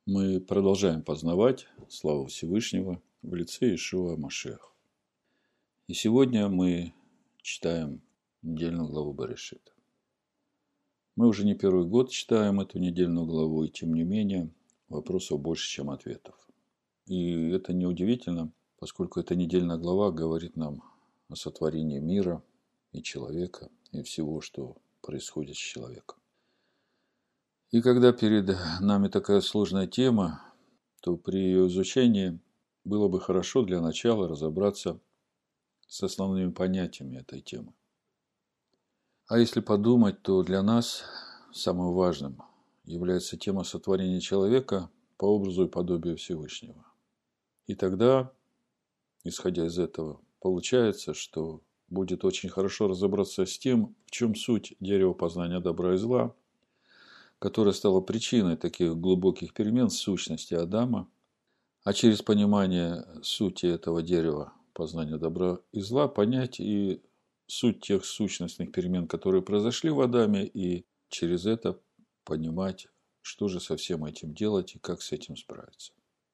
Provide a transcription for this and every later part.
Мы продолжаем познавать славу Всевышнего в лице Иешуа Машиаха. И сегодня мы читаем недельную главу Берешит. Мы уже не первый год читаем эту недельную главу, и тем не менее вопросов больше, чем ответов. И это неудивительно, поскольку эта недельная глава говорит нам о сотворении мира и человека, и всего, что происходит с человеком. И когда перед нами такая сложная тема, то при ее изучении было бы хорошо для начала разобраться с основными понятиями этой темы. А если подумать, то для нас самым важным является тема сотворения человека по образу и подобию Всевышнего. И тогда, исходя из этого, получается, что будет очень хорошо разобраться с тем, в чем суть дерева познания добра и зла, которое стало причиной таких глубоких перемен в сущности Адама, а через понимание сути этого дерева познания добра и зла понять и суть тех сущностных перемен, которые произошли в Адаме, и через это понимать, что же со всем этим делать и как с этим справиться.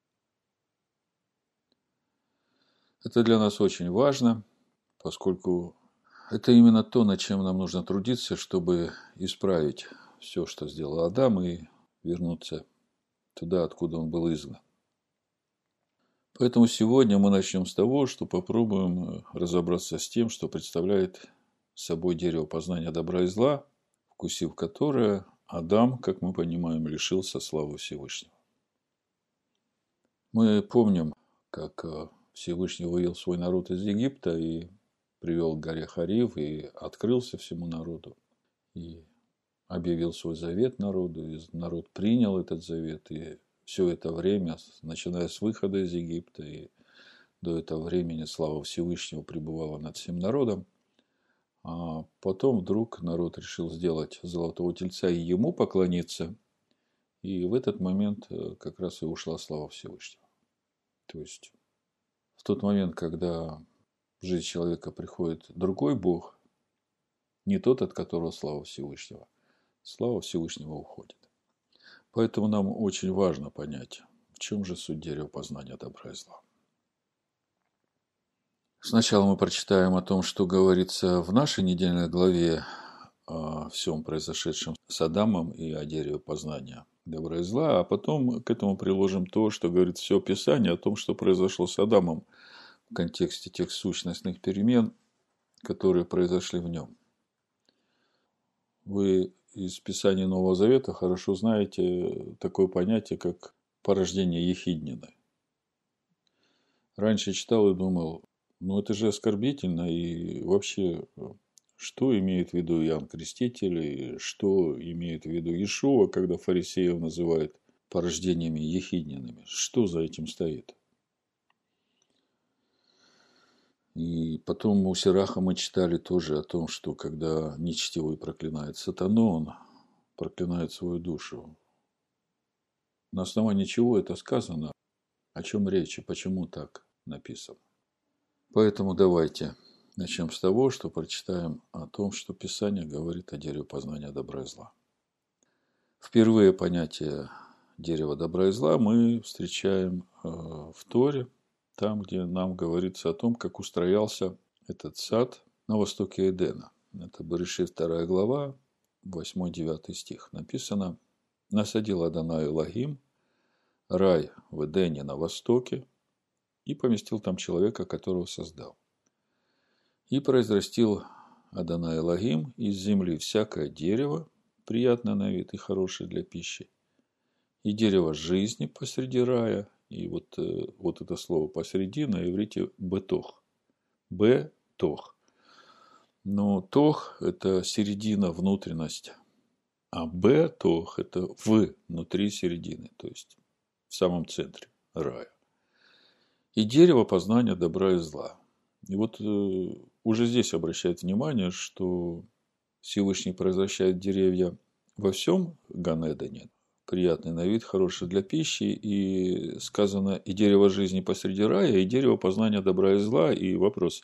Это для нас очень важно, поскольку это именно то, над чем нам нужно трудиться, чтобы исправить все, что сделал Адам, и вернуться туда, откуда он был изгнан. Поэтому сегодня мы начнем с того, что попробуем разобраться с тем, что представляет собой дерево познания добра и зла, вкусив которое, Адам, как мы понимаем, лишился славы Всевышнего. Мы помним, как Всевышний вывел свой народ из Египта и привел к горе Хорив и открылся всему народу. И объявил свой завет народу, и народ принял этот завет, и все это время, начиная с выхода из Египта, и до этого времени слава Всевышнего пребывала над всем народом. А потом вдруг народ решил сделать золотого тельца и ему поклониться, и в этот момент как раз и ушла слава Всевышнего. То есть, в тот момент, когда в жизнь человека приходит другой Бог, не тот, от которого слава Всевышнего, слава Всевышнего уходит. Поэтому нам очень важно понять, в чем же суть дерева познания добра и зла. Сначала мы прочитаем о том, что говорится в нашей недельной главе о всем произошедшем с Адамом и о дереве познания добра и зла, а потом к этому приложим то, что говорит все Писание о том, что произошло с Адамом в контексте тех сущностных перемен, которые произошли в нем. Вы из Писания Нового Завета хорошо знаете такое понятие, как порождение ехиднины. Раньше читал и думал, это же оскорбительно, и вообще, что имеет в виду Иоанн Креститель, и что имеет в виду Иешуа, когда фарисеев называют порождениями ехиднинами? Что за этим стоит? И потом у Сираха мы читали тоже о том, что когда нечестивый проклинает сатану, он проклинает свою душу. На основании чего это сказано? О чем речь и почему так написано? Поэтому давайте начнем с того, что прочитаем о том, что Писание говорит о дереве познания добра и зла. Впервые понятие дерева добра и зла мы встречаем в Торе, там, где нам говорится о том, как устроялся этот сад на востоке Эдена. Это Берешит 2 глава, 8-9 стих. Написано: «Насадил Адонай Элохим рай в Эдене на востоке и поместил там человека, которого создал. И произрастил Адонай Элохим из земли всякое дерево, приятное на вид и хорошее для пищи, и дерево жизни посреди рая». И вот это слово посреди на иврите бетох. Бетох. Но тох – это середина, внутренность. А бетох – это внутри середины, то есть в самом центре рая. И дерево познания добра и зла. И вот уже здесь обращает внимание, что Всевышний произвращает деревья во всем Ганедане, приятный на вид, хороший для пищи, и сказано и дерево жизни посреди рая, и дерево познания добра и зла. И вопрос,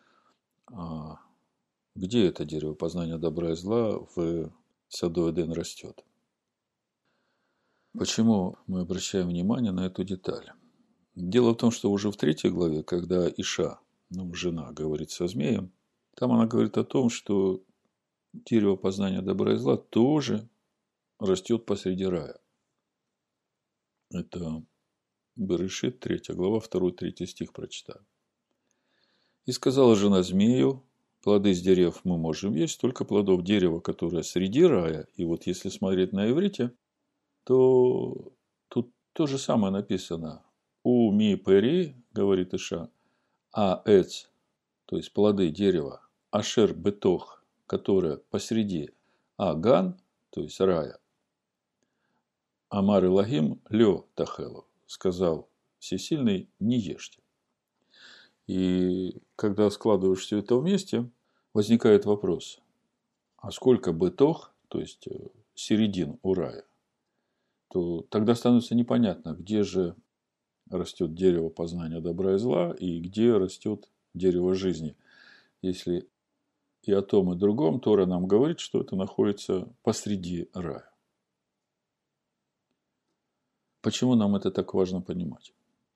где это дерево познания добра и зла в саду Эден растет? Почему мы обращаем внимание на эту деталь? Дело в том, что уже в 3 главе, когда Иша, жена, говорит со змеем, там она говорит о том, что дерево познания добра и зла тоже растет посреди рая. Это Берешит, 3 глава, 2-3 стих прочитаю. «И сказала жена змею: плоды с дерев мы можем есть, только плодов дерева, которое среди рая». И вот если смотреть на иврите, то тут то же самое написано. У ми пери, говорит Иша, а эц, то есть плоды дерева, ашер бетох, которое посреди, а ган, то есть рая, амар Илагим лё тахелу, сказал Всесильный, не ешьте. И когда складываешь все это вместе, возникает вопрос, а сколько бетох, то есть середин у рая, то тогда становится непонятно, где же растет дерево познания добра и зла и где растет дерево жизни. Если и о том, и другом Тора нам говорит, что это находится посреди рая. Почему нам это так важно понимать?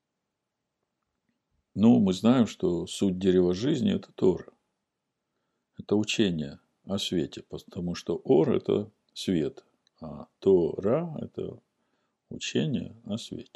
Мы знаем, что суть дерева жизни – это Тора. Это учение о свете, потому что Ор – это свет, а Тора – это учение о свете.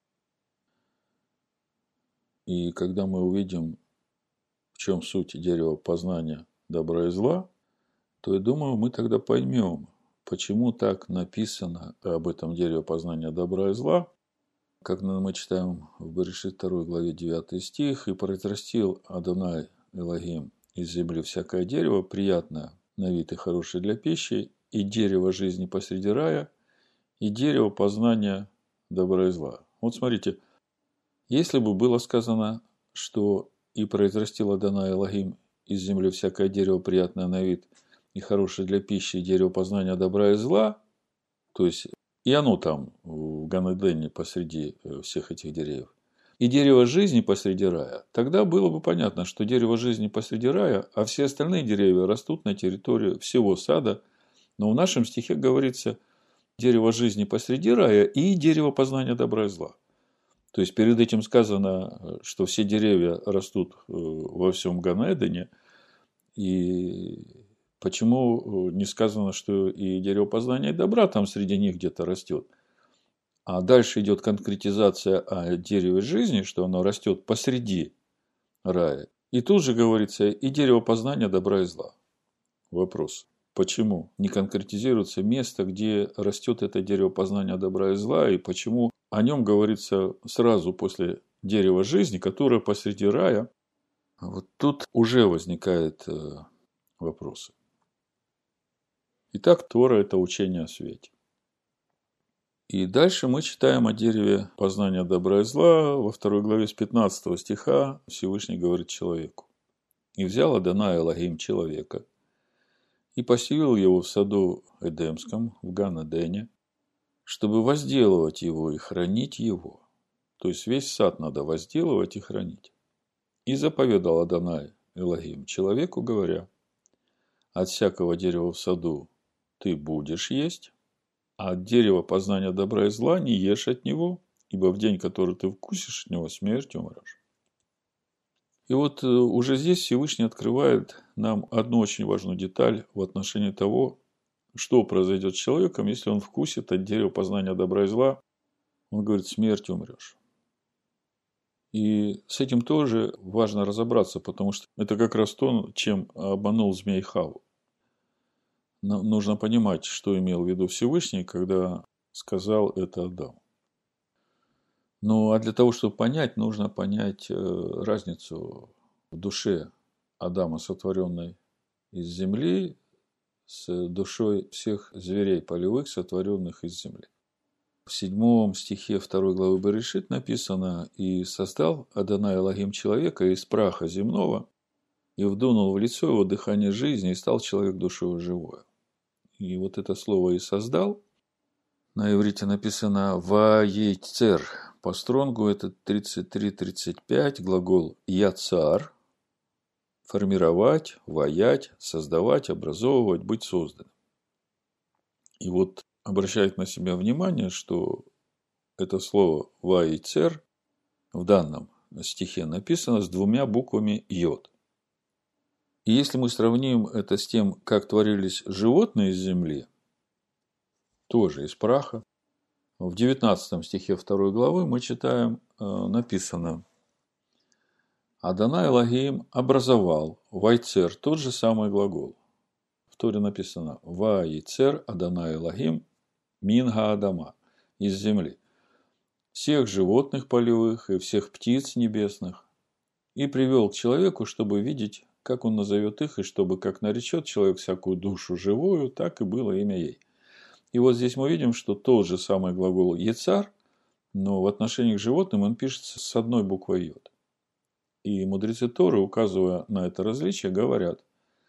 И когда мы увидим, в чем суть дерева познания добра и зла, то, я думаю, мы тогда поймем, почему так написано об этом дереве познания добра и зла, как мы читаем в Берешит 2 главе 9 стих, «И произрастил Адонай Элогим из земли всякое дерево, приятное на вид и хорошее для пищи, и дерево жизни посреди рая, и дерево познания добра и зла». Вот смотрите, если бы было сказано, что «и произрастил Адонай Элогим из земли всякое дерево, приятное на вид и хорошее для пищи, и дерево познания добра и зла», то есть и оно там в Ган-Эдене посреди всех этих деревьев, и дерево жизни посреди рая, тогда было бы понятно, что дерево жизни посреди рая, а все остальные деревья растут на территории всего сада. Но в нашем стихе говорится дерево жизни посреди рая и дерево познания добра и зла. То есть перед этим сказано, что все деревья растут во всем Ган-Эдене, и почему не сказано, что и дерево познания добра там среди них где-то растет? А дальше идет конкретизация о дереве жизни, что оно растет посреди рая. И тут же говорится и дерево познания добра и зла. Вопрос. Почему не конкретизируется место, где растет это дерево познания добра и зла, и почему о нем говорится сразу после дерева жизни, которое посреди рая? Вот тут уже возникают вопросы. Итак, Тора – это учение о свете. И дальше мы читаем о дереве познания добра и зла. Во 2 главе с 15 стиха Всевышний говорит человеку. «И взял Адонай Элогим человека, и поселил его в саду Эдемском, в Ган-Эдене, чтобы возделывать его и хранить его». То есть весь сад надо возделывать и хранить. «И заповедал Адонай Элогим человеку, говоря: от всякого дерева в саду ты будешь есть, а от дерева познания добра и зла не ешь от него, ибо в день, который ты вкусишь от него, смертью умрешь». И вот уже здесь Всевышний открывает нам одну очень важную деталь в отношении того, что произойдет с человеком, если он вкусит от дерева познания добра и зла. Он говорит: смертью умрешь. И с этим тоже важно разобраться, потому что это как раз то, чем обманул змей Хавву. Нужно понимать, что имел в виду Всевышний, когда сказал это Адаму. А для того, чтобы понять, нужно понять разницу в душе Адама, сотворенной из земли, с душой всех зверей полевых, сотворенных из земли. В 7 стихе 2 главы Берешит написано: «И создал Адонай Элогим человека из праха земного, и вдунул в лицо его дыхание жизни, и стал человек душою живое». И вот это слово «и создал» на иврите написано «ваейцер». По стронгу это 33-35, глагол «яцар» – формировать, ваять, создавать, образовывать, быть созданным. И вот обращает на себя внимание, что это слово «ваицер» в данном стихе написано с двумя буквами «йод». И если мы сравним это с тем, как творились животные из земли, тоже из праха, в 19 стихе 2 главы мы читаем, написано: «Адонай Элохим образовал», «вайцер» – тот же самый глагол. В Торе написано: «Вайцер Адонай Элохим мин гаадама» – из земли. Всех животных полевых и всех птиц небесных. И привел к человеку, чтобы видеть, как он назовет их, и чтобы, как наречет человек всякую душу живую, так и было имя ей. И вот здесь мы видим, что тот же самый глагол «ецар», но в отношении к животным он пишется с одной буквой «йод». И мудрецы Торы, указывая на это различие, говорят,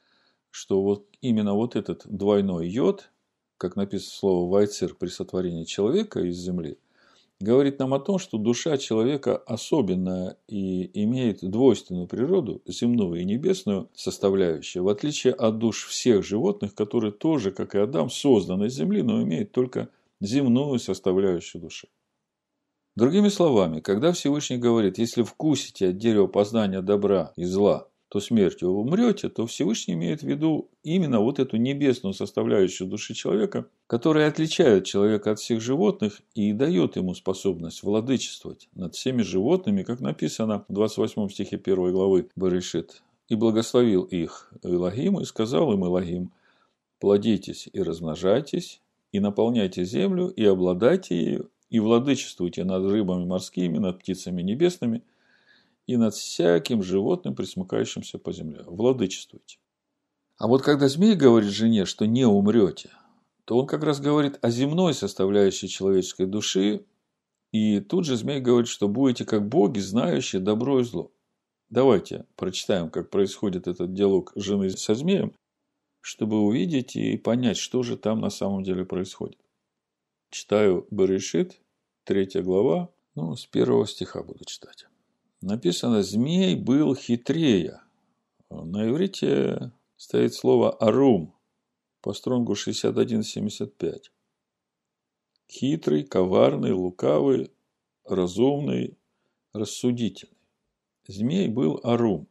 что вот именно вот этот двойной «йод», как написано слово «вайцер» при сотворении человека из земли, говорит нам о том, что душа человека особенная и имеет двойственную природу, земную и небесную составляющую, в отличие от душ всех животных, которые тоже, как и Адам, созданы из земли, но имеют только земную составляющую души. Другими словами, когда Всевышний говорит: если вкусите от дерева познания добра и зла, то смертью вы умрете, то Всевышний имеет в виду именно вот эту небесную составляющую души человека, которая отличает человека от всех животных и дает ему способность владычествовать над всеми животными, как написано в 28 стихе 1 главы Берешит. «И благословил их Элохим, и сказал им Элохим: плодитесь и размножайтесь, и наполняйте землю, и обладайте ею, и владычествуйте над рыбами морскими, над птицами небесными, и над всяким животным, пресмыкающимся по земле. Владычествуйте». А вот когда змей говорит жене, что не умрете, то он как раз говорит о земной составляющей человеческой души, и тут же змей говорит, что будете как боги, знающие добро и зло. Давайте прочитаем, как происходит этот диалог жены со змеем, чтобы увидеть и понять, что же там на самом деле происходит. Читаю Берешит, 3 глава, с 1 стиха буду читать. Написано: «Змей был хитрее». На иврите стоит слово «арум» по стронгу 61-75. Хитрый, коварный, лукавый, разумный, рассудительный. Змей был арум,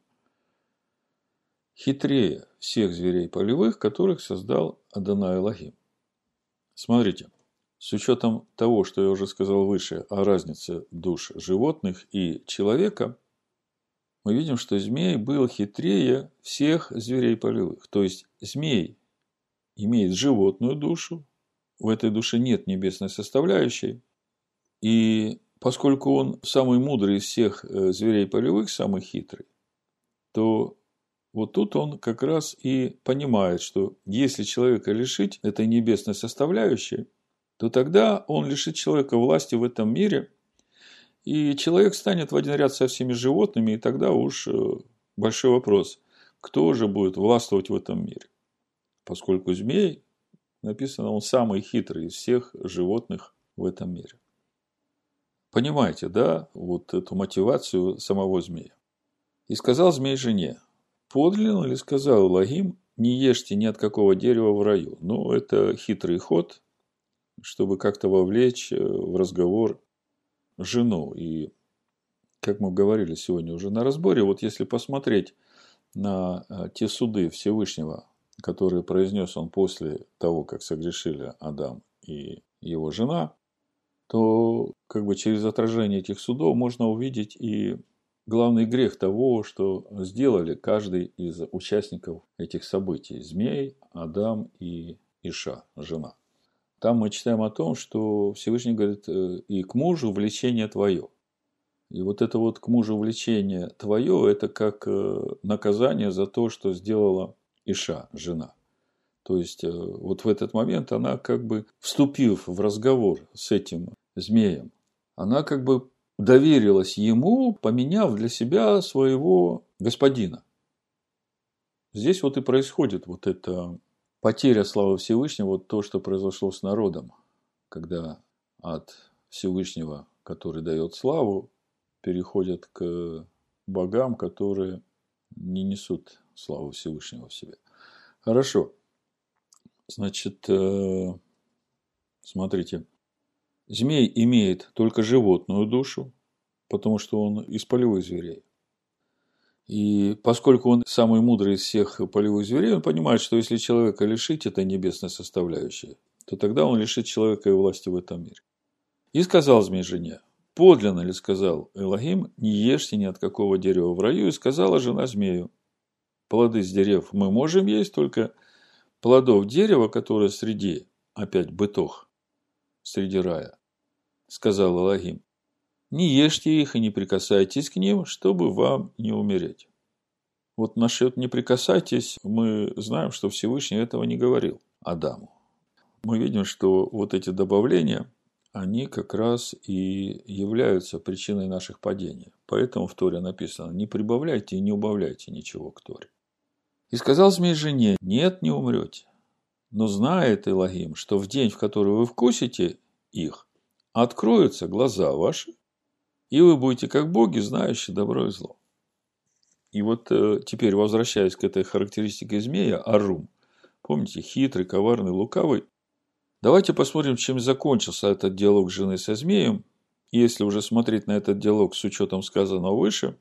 хитрее всех зверей полевых, которых создал Адонай Элохим. Смотрите, с учетом того, что я уже сказал выше о разнице душ животных и человека, мы видим, что змей был хитрее всех зверей полевых. То есть змей имеет животную душу, в этой душе нет небесной составляющей, и поскольку он самый мудрый из всех зверей полевых, самый хитрый, то вот тут он как раз и понимает, что если человека лишить этой небесной составляющей, то тогда он лишит человека власти в этом мире, и человек станет в один ряд со всеми животными, и тогда уж большой вопрос, кто же будет властвовать в этом мире. Поскольку змей, написано, он самый хитрый из всех животных в этом мире. Понимаете, да, вот эту мотивацию самого змея. «И сказал змей жене: подлинно ли сказал Элохим, не ешьте ни от какого дерева в раю?» Это хитрый ход, чтобы как-то вовлечь в разговор жену. И, как мы говорили сегодня уже на разборе, вот если посмотреть на те суды Всевышнего, которые произнес он после того, как согрешили Адам и его жена, то через отражение этих судов можно увидеть и главный грех того, что сделали каждый из участников этих событий. Змей, Адам и Иша, жена. Там мы читаем о том, что Всевышний говорит: и к мужу влечение твое. И вот это вот к мужу влечение твое, это как наказание за то, что сделала Иша, жена. То есть, вот в этот момент она вступив в разговор с этим змеем, она доверилась ему, поменяв для себя своего господина. Здесь вот и происходит вот эта потеря славы Всевышнего, вот то, что произошло с народом, когда от Всевышнего, который дает славу, переходят к богам, которые не несут славу Всевышнего в себе. Хорошо. Значит, Смотрите, змей имеет только животную душу, потому что он из полевых зверей. И поскольку он самый мудрый из всех полевых зверей, он понимает, что если человека лишить этой небесной составляющей, то тогда он лишит человека и власти в этом мире. И сказал змей жене: подлинно ли сказал Элохим, не ешьте ни от какого дерева в раю? И сказала жена змею: плоды с дерев мы можем есть, только плодов дерева, которое среди, опять бытох, среди рая, сказал Элохим, не ешьте их и не прикасайтесь к ним, чтобы вам не умереть. Вот насчет «не прикасайтесь» мы знаем, что Всевышний этого не говорил Адаму. Мы видим, что вот эти добавления, они как раз и являются причиной наших падений. Поэтому в Торе написано: не прибавляйте и не убавляйте ничего к Торе. И сказал змей жене: нет, не умрете. Но знает Элохим, что в день, в который вы вкусите их, откроются глаза ваши, и вы будете как боги, знающие добро и зло. И вот теперь, возвращаясь к этой характеристике змея, Арум, помните, хитрый, коварный, лукавый, давайте посмотрим, чем закончился этот диалог жены со змеем. И если уже смотреть на этот диалог с учетом сказанного выше,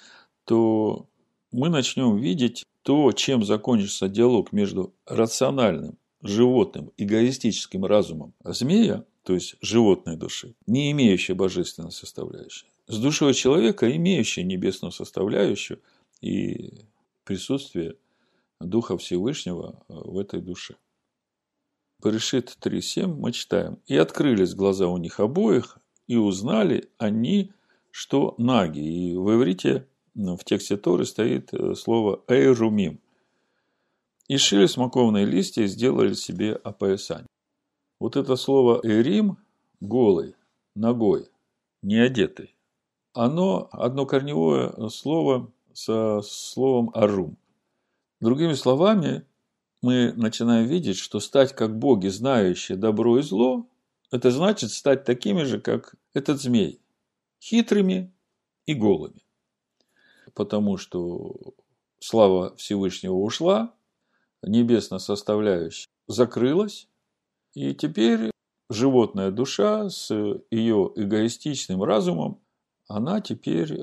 то мы начнем видеть то, чем закончится диалог между рациональным, животным, эгоистическим разумом змея, то есть животной души, не имеющей божественной составляющей, с душой человека, имеющей небесную составляющую и присутствие Духа Всевышнего в этой душе. Берешит 3.7 мы читаем: «И открылись глаза у них обоих, и узнали они, что наги». И в иврите, в тексте Торы стоит слово «эйрумим». «И шили смоковные листья и сделали себе опоясание». Вот это слово «эйрим» – голый, ногой, не одетый. Оно однокорневое слово со словом «арум». Другими словами, мы начинаем видеть, что стать как боги, знающие добро и зло, это значит стать такими же, как этот змей, хитрыми и голыми. Потому что слава Всевышнего ушла, небесная составляющая закрылась, и теперь животная душа с ее эгоистичным разумом, она теперь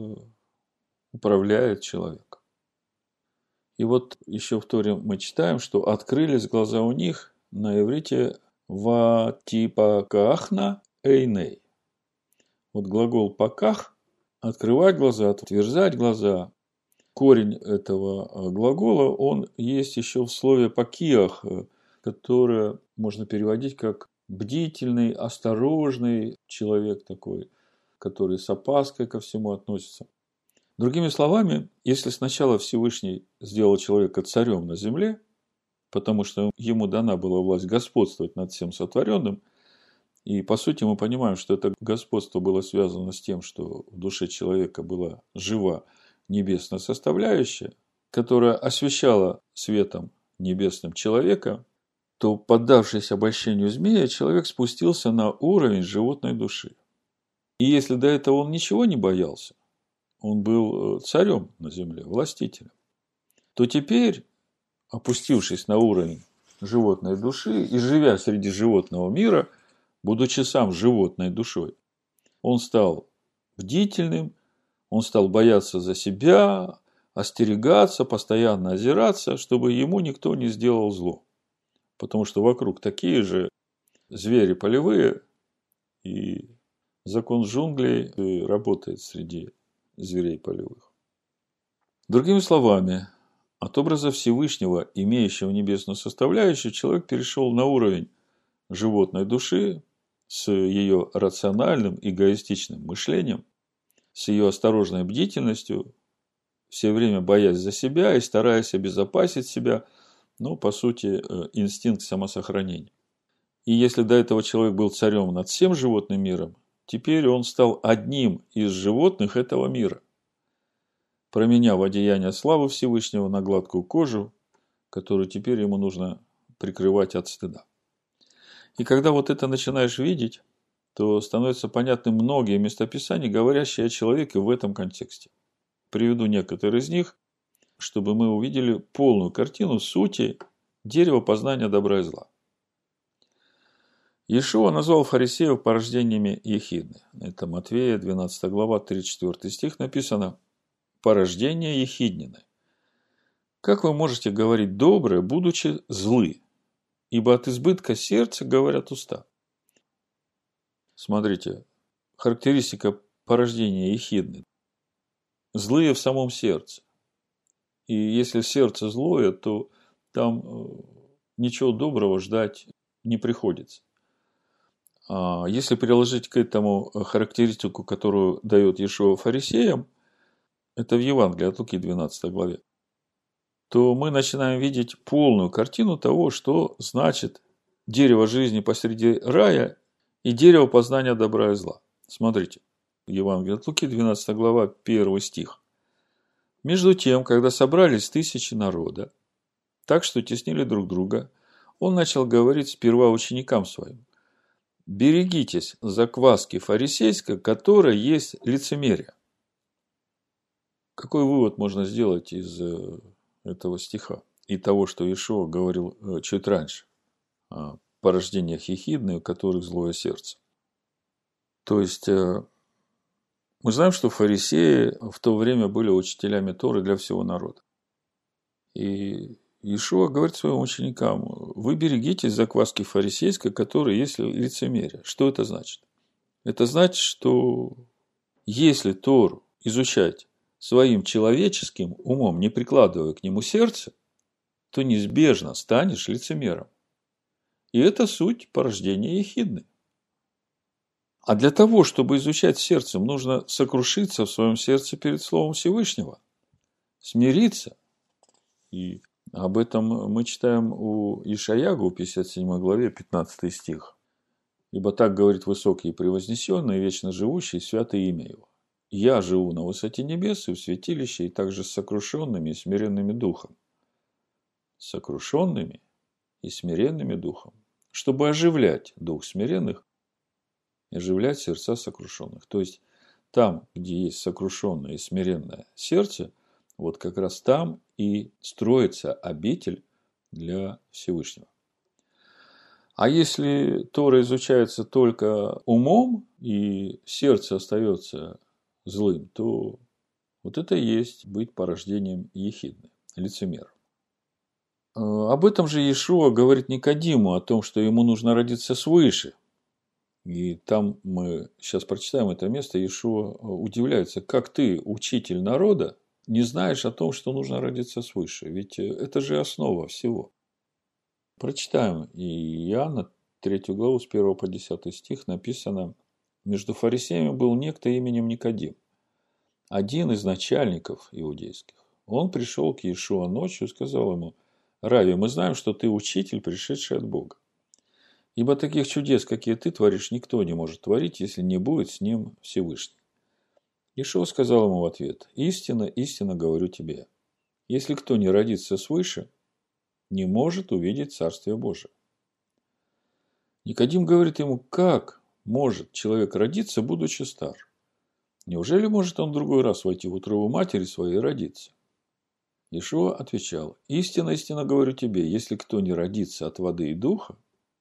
управляет человеком. И вот еще в Торе мы читаем, что открылись глаза у них на иврите «ватипакахна эйней». Вот глагол «паках» – открывать глаза, отверзать глаза. Корень этого глагола, он есть еще в слове «пакиах», которое можно переводить как бдительный, осторожный человек такой, который с опаской ко всему относится. Другими словами, если сначала Всевышний сделал человека царем на земле, потому что ему дана была власть господствовать над всем сотворенным, и по сути мы понимаем, что это господство было связано с тем, что в душе человека была жива небесная составляющая, которая освещала светом небесным человека, то, поддавшись обольщению змея, человек спустился на уровень животной души. И если до этого он ничего не боялся, он был царем на земле, властителем, то теперь, опустившись на уровень животной души и живя среди животного мира, будучи сам животной душой, он стал бдительным, он стал бояться за себя, остерегаться, постоянно озираться, чтобы ему никто не сделал зло. Потому что вокруг такие же звери полевые, и закон джунглей работает среди зверей полевых. Другими словами, от образа Всевышнего, имеющего небесную составляющую, человек перешел на уровень животной души с ее рациональным, эгоистичным мышлением, с ее осторожной бдительностью, все время боясь за себя и стараясь обезопасить себя, по сути, инстинкт самосохранения. И если до этого человек был царем над всем животным миром, теперь он стал одним из животных этого мира, променяв одеяние славы Всевышнего на гладкую кожу, которую теперь ему нужно прикрывать от стыда. И когда вот это начинаешь видеть, то становятся понятны многие местописания, говорящие о человеке в этом контексте. Приведу некоторые из них, чтобы мы увидели полную картину сути дерева познания добра и зла. Иешуа назвал фарисеев порождениями ехидны. Это Матвея, 12 глава, 34 стих написано: порождение ехиднины. Как вы можете говорить доброе, будучи злы? Ибо от избытка сердца говорят уста. Смотрите, характеристика порождения ехидны. Злые в самом сердце. И если сердце злое, то там ничего доброго ждать не приходится. А если приложить к этому характеристику, которую дает Иешуа фарисеям, это в Евангелии от Луки 12 главе, то мы начинаем видеть полную картину того, что значит дерево жизни посреди рая и дерево познания добра и зла. Смотрите, Евангелие от Луки, 12 глава, 1 стих. Между тем, когда собрались тысячи народа, так что теснили друг друга, он начал говорить сперва ученикам своим: берегитесь закваски фарисейской, которая есть лицемерие. Какой вывод можно сделать из этого стиха и того, что Иешуа говорил чуть раньше о порождениях ехидны, у которых злое сердце? То есть, мы знаем, что фарисеи в то время были учителями Торы для всего народа. И Иешуа говорит своим ученикам: вы берегитесь закваски фарисейской, которая есть лицемерие. Что это значит? Это значит, что если Тору изучать своим человеческим умом, не прикладывая к нему сердце, то неизбежно станешь лицемером. И это суть порождения ехидны. А для того, чтобы изучать сердцем, нужно сокрушиться в своем сердце перед Словом Всевышнего, смириться. И об этом мы читаем у Ишаяга, в 57 главе, 15 стих. «Ибо так говорит высокий и превознесенный, вечно живущий, святое имя его. Я живу на высоте небес и в святилище, и также с сокрушенными и смиренными духом». Сокрушенными и смиренными духом, чтобы оживлять дух смиренных и оживлять сердца сокрушенных. То есть, там, где есть сокрушенное и смиренное сердце, вот как раз там и строится обитель для Всевышнего. А если Тора изучается только умом, и сердце остается злым, то вот это и есть быть порождением ехидны, лицемера. Об этом же Иешуа говорит Никодиму, о том, что ему нужно родиться свыше. И там мы сейчас прочитаем это место, Иешуа удивляется: как ты, учитель народа, не знаешь о том, что нужно родиться свыше? Ведь это же основа всего. Прочитаем и Иоанна 3 главу с 1 по 10 стих написано: между фарисеями был некто именем Никодим, один из начальников иудейских. Он пришел к Иешуа ночью и сказал ему: Рави, мы знаем, что ты учитель, пришедший от Бога. Ибо таких чудес, какие ты творишь, никто не может творить, если не будет с ним Всевышний. Иешуа сказал ему в ответ: истинно, истинно говорю тебе, если кто не родится свыше, не может увидеть Царствие Божие. Никодим говорит ему: как может человек родиться, будучи стар? Неужели может он в другой раз войти в утробу матери своей и родиться? Иешуа отвечал: истинно, истинно говорю тебе, если кто не родится от воды и духа,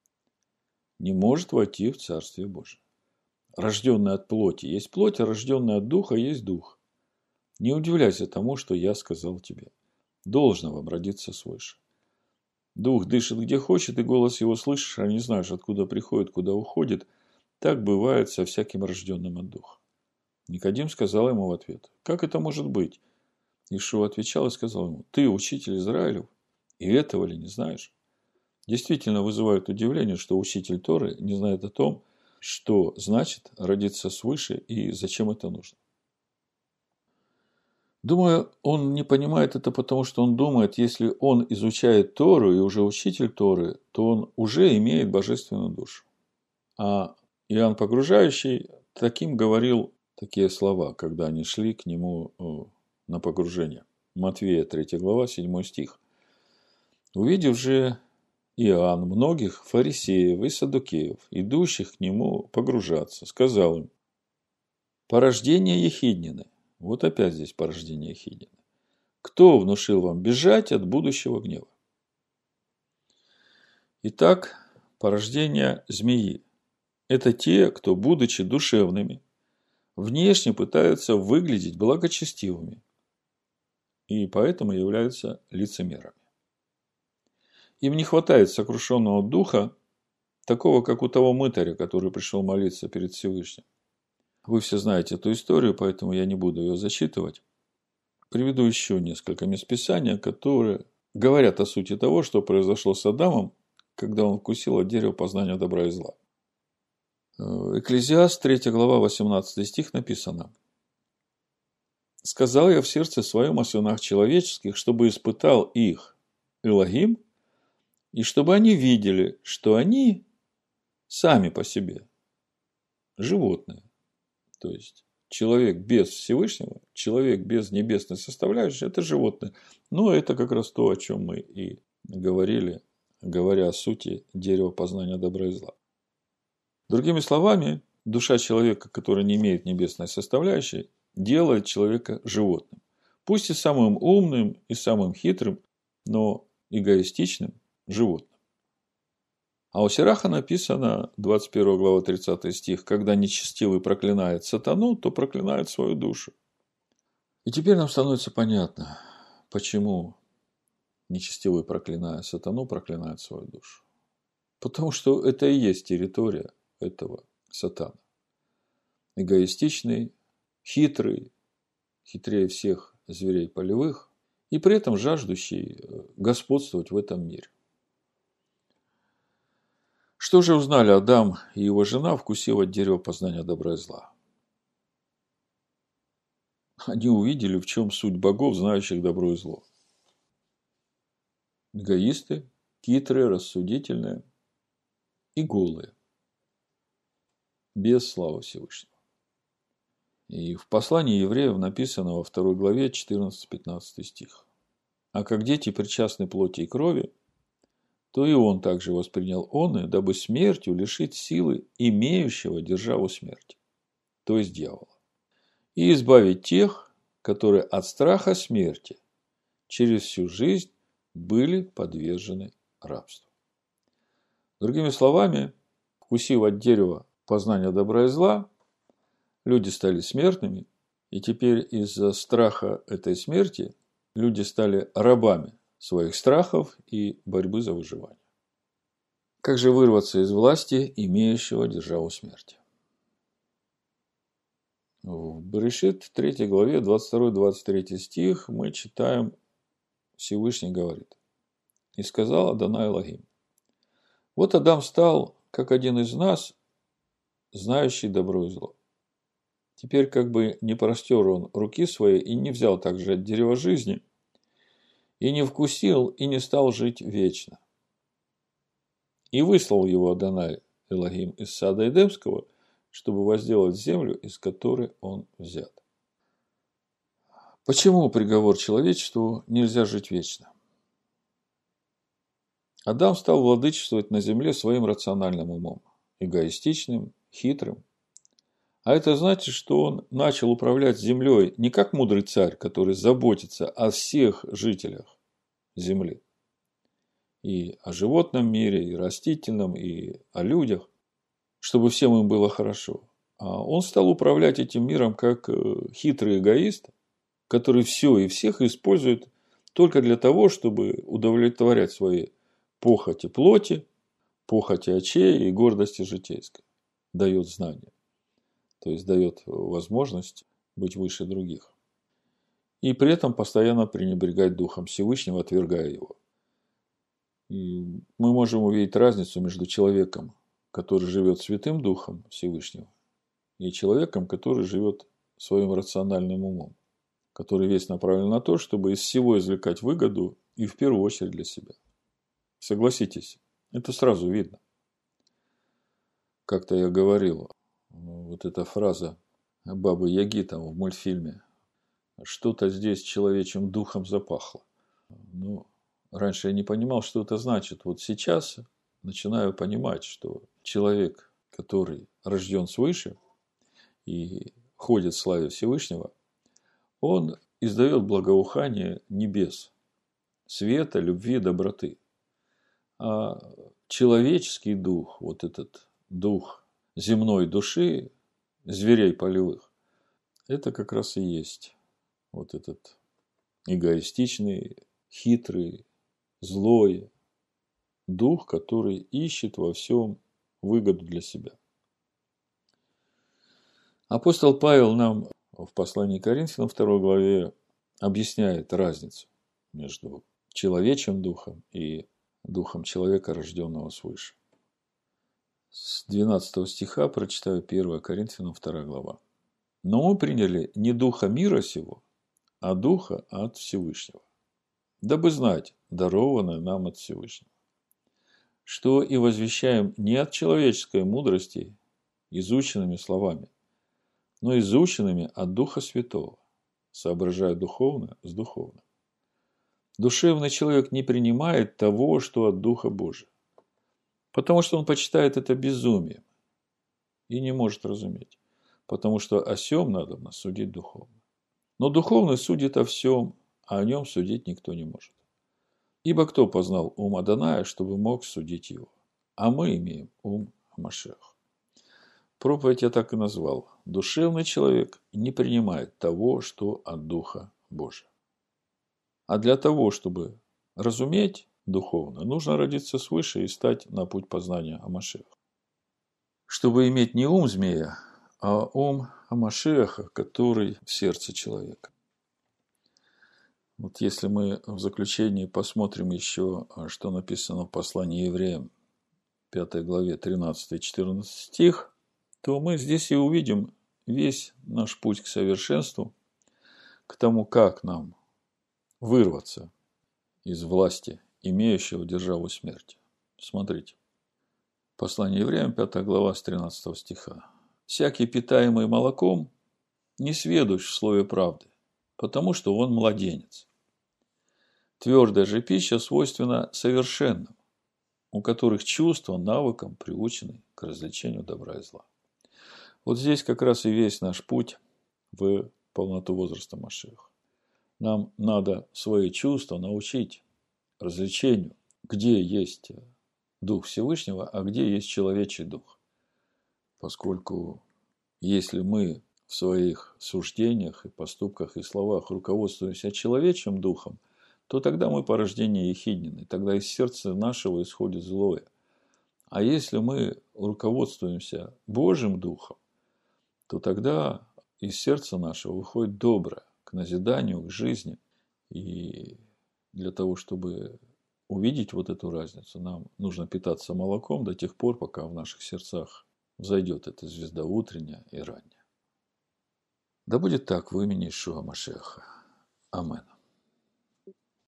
не может войти в Царствие Божие. Рожденный от плоти есть плоть, а рожденный от духа есть дух. Не удивляйся тому, что я сказал тебе. Должно вам родиться свыше. Дух дышит где хочет, и голос его слышишь, а не знаешь, откуда приходит, куда уходит. Так бывает со всяким рожденным от духа. Никодим сказал ему в ответ: как это может быть? Иешуа отвечал и сказал ему: ты учитель Израилев, и этого ли не знаешь? Действительно вызывает удивление, что учитель Торы не знает о том, что значит родиться свыше и зачем это нужно. Думаю, он не понимает это, потому что он думает, если он изучает Тору и уже учитель Торы, то он уже имеет божественную душу. А Иоанн Погружающий таким говорил такие слова, когда они шли к нему на погружение. Матвея 3 глава, 7 стих. Увидев же Иоанн многих фарисеев и саддукеев, идущих к нему погружаться, сказал им: порождение ехиднины. Вот опять здесь порождение ехиднины. Кто внушил вам бежать от будущего гнева? Итак, порождения змеи. Это те, кто, будучи душевными, внешне пытаются выглядеть благочестивыми и поэтому являются лицемерами. Им не хватает сокрушенного духа, такого, как у того мытаря, который пришел молиться перед Всевышним. Вы все знаете эту историю, поэтому я не буду ее зачитывать. Приведу еще несколько мест Писания, которые говорят о сути того, что произошло с Адамом, когда он вкусил от дерева познания добра и зла. Экклезиаст, 3 глава, 18 стих написано: «Сказал я в сердце своем о сынах человеческих, чтобы испытал их Элохим, и чтобы они видели, что они сами по себе животные». То есть, человек без Всевышнего, человек без небесной составляющей – это животное. Но это как раз то, о чем мы и говорили, говоря о сути дерева познания добра и зла. Другими словами, душа человека, которая не имеет небесной составляющей, делает человека животным. Пусть и самым умным, и самым хитрым, но эгоистичным животным. А у Сираха написано, 21 глава, 30 стих: «Когда нечестивый проклинает сатану, то проклинает свою душу». И теперь нам становится понятно, почему нечестивый, проклиная сатану, проклинает свою душу. Потому что это и есть территория этого сатана. Эгоистичный, хитрый, хитрее всех зверей полевых, и при этом жаждущий господствовать в этом мире. Что же узнали Адам и его жена, вкусив от дерева познания добра и зла? Они увидели, в чем суть богов, знающих добро и зло. Эгоисты, хитрые, рассудительные и голые, без славы Всевышнего. И в послании евреев написано во 2 главе 14-15 стих: «А как дети причастны плоти и крови, то и он также воспринял оное, дабы смертью лишить силы имеющего державу смерти, то есть дьявола, и избавить тех, которые от страха смерти через всю жизнь были подвержены рабству». Другими словами, вкусив от дерева познания добра и зла, люди стали смертными, и теперь из-за страха этой смерти люди стали рабами своих страхов и борьбы за выживание. Как же вырваться из власти имеющего державу смерти? В Берешит, 3 главе, 22-23 стих мы читаем, Всевышний говорит: «И сказал Адонай Элохим: вот Адам стал, как один из нас, знающий добро и зло. Теперь как бы не простер он руки своей и не взял также от дерева жизни, и не вкусил, и не стал жить вечно. И выслал его Адонай Элохим из сада Эдемского, чтобы возделать землю, из которой он взят». Почему приговор человечеству нельзя жить вечно? Адам стал владычествовать на земле своим рациональным умом, эгоистичным, хитрым. А это значит, что он начал управлять землей не как мудрый царь, который заботится о всех жителях земли. И о животном мире, и растительном, и о людях, чтобы всем им было хорошо. А он стал управлять этим миром как хитрый эгоист, который все и всех использует только для того, чтобы удовлетворять свои похоти плоти, похоти очей и гордости житейской. Дает знания. То есть дает возможность быть выше других. И при этом постоянно пренебрегать Духом Всевышнего, отвергая его. И мы можем увидеть разницу между человеком, который живет Святым Духом Всевышнего, и человеком, который живет своим рациональным умом, который весь направлен на то, чтобы из всего извлекать выгоду и в первую очередь для себя. Согласитесь, это сразу видно. Как-то я говорил, вот эта фраза Бабы Яги там в мультфильме: что-то здесь человечьим духом запахло. Ну, раньше я не понимал, что это значит. Вот сейчас начинаю понимать, что человек, который рожден свыше и ходит в славе Всевышнего, он издает благоухание небес, света, любви, доброты. А человеческий дух, вот этот дух земной души, зверей полевых, это как раз и есть вот этот эгоистичный, хитрый, злой дух, который ищет во всем выгоду для себя. Апостол Павел нам в послании к Коринфянам 2 главе объясняет разницу между человечьим духом и духом человека, рожденного свыше. С 12 стиха прочитаю 1 Коринфянам 2 глава. «Но мы приняли не духа мира сего, а духа от Всевышнего, дабы знать дарованное нам от Всевышнего, что и возвещаем не от человеческой мудрости изученными словами, но изученными от Духа Святого, соображая духовное с духовным. Душевный человек не принимает того, что от Духа Божия, потому что он почитает это безумием и не может разуметь, потому что о сем надобно судить духовно. Но духовный судит о всем, а о нем судить никто не может. Ибо кто познал ум Адоная, чтобы мог судить его? А мы имеем ум Машиаха». Проповедь я так и назвал. Душевный человек не принимает того, что от Духа Божия. А для того, чтобы разуметь духовно, нужно родиться свыше и стать на путь познания о Машиахе. Чтобы иметь не ум змея, а ум Машиаха, который в сердце человека. Вот если мы в заключении посмотрим еще, что написано в послании евреям, 5 главе 13 и 14 стих, то мы здесь и увидим весь наш путь к совершенству, к тому, как нам вырваться из власти, имеющего державу смерти. Смотрите. Послание евреям, 5 глава, с 13 стиха. «Всякий, питаемый молоком, не сведущ в слове правды, потому что он младенец. Твердая же пища свойственна совершенным, у которых чувства навыком приучены к развлечению добра и зла». Вот здесь как раз и весь наш путь в полноту возраста Машиаха. Нам надо свои чувства научить развлечению, где есть Дух Всевышнего, а где есть человечий дух. Поскольку если мы в своих суждениях и поступках и словах руководствуемся человечьим духом, то тогда мы порождение ехиднины, тогда из сердца нашего исходит злое. А если мы руководствуемся Божьим духом, то тогда из сердца нашего выходит доброе к назиданию, к жизни. И для того, чтобы увидеть вот эту разницу, нам нужно питаться молоком до тех пор, пока в наших сердцах взойдет эта звезда утренняя и ранняя. Да будет так в имени Иешуа Машиаха. Амин.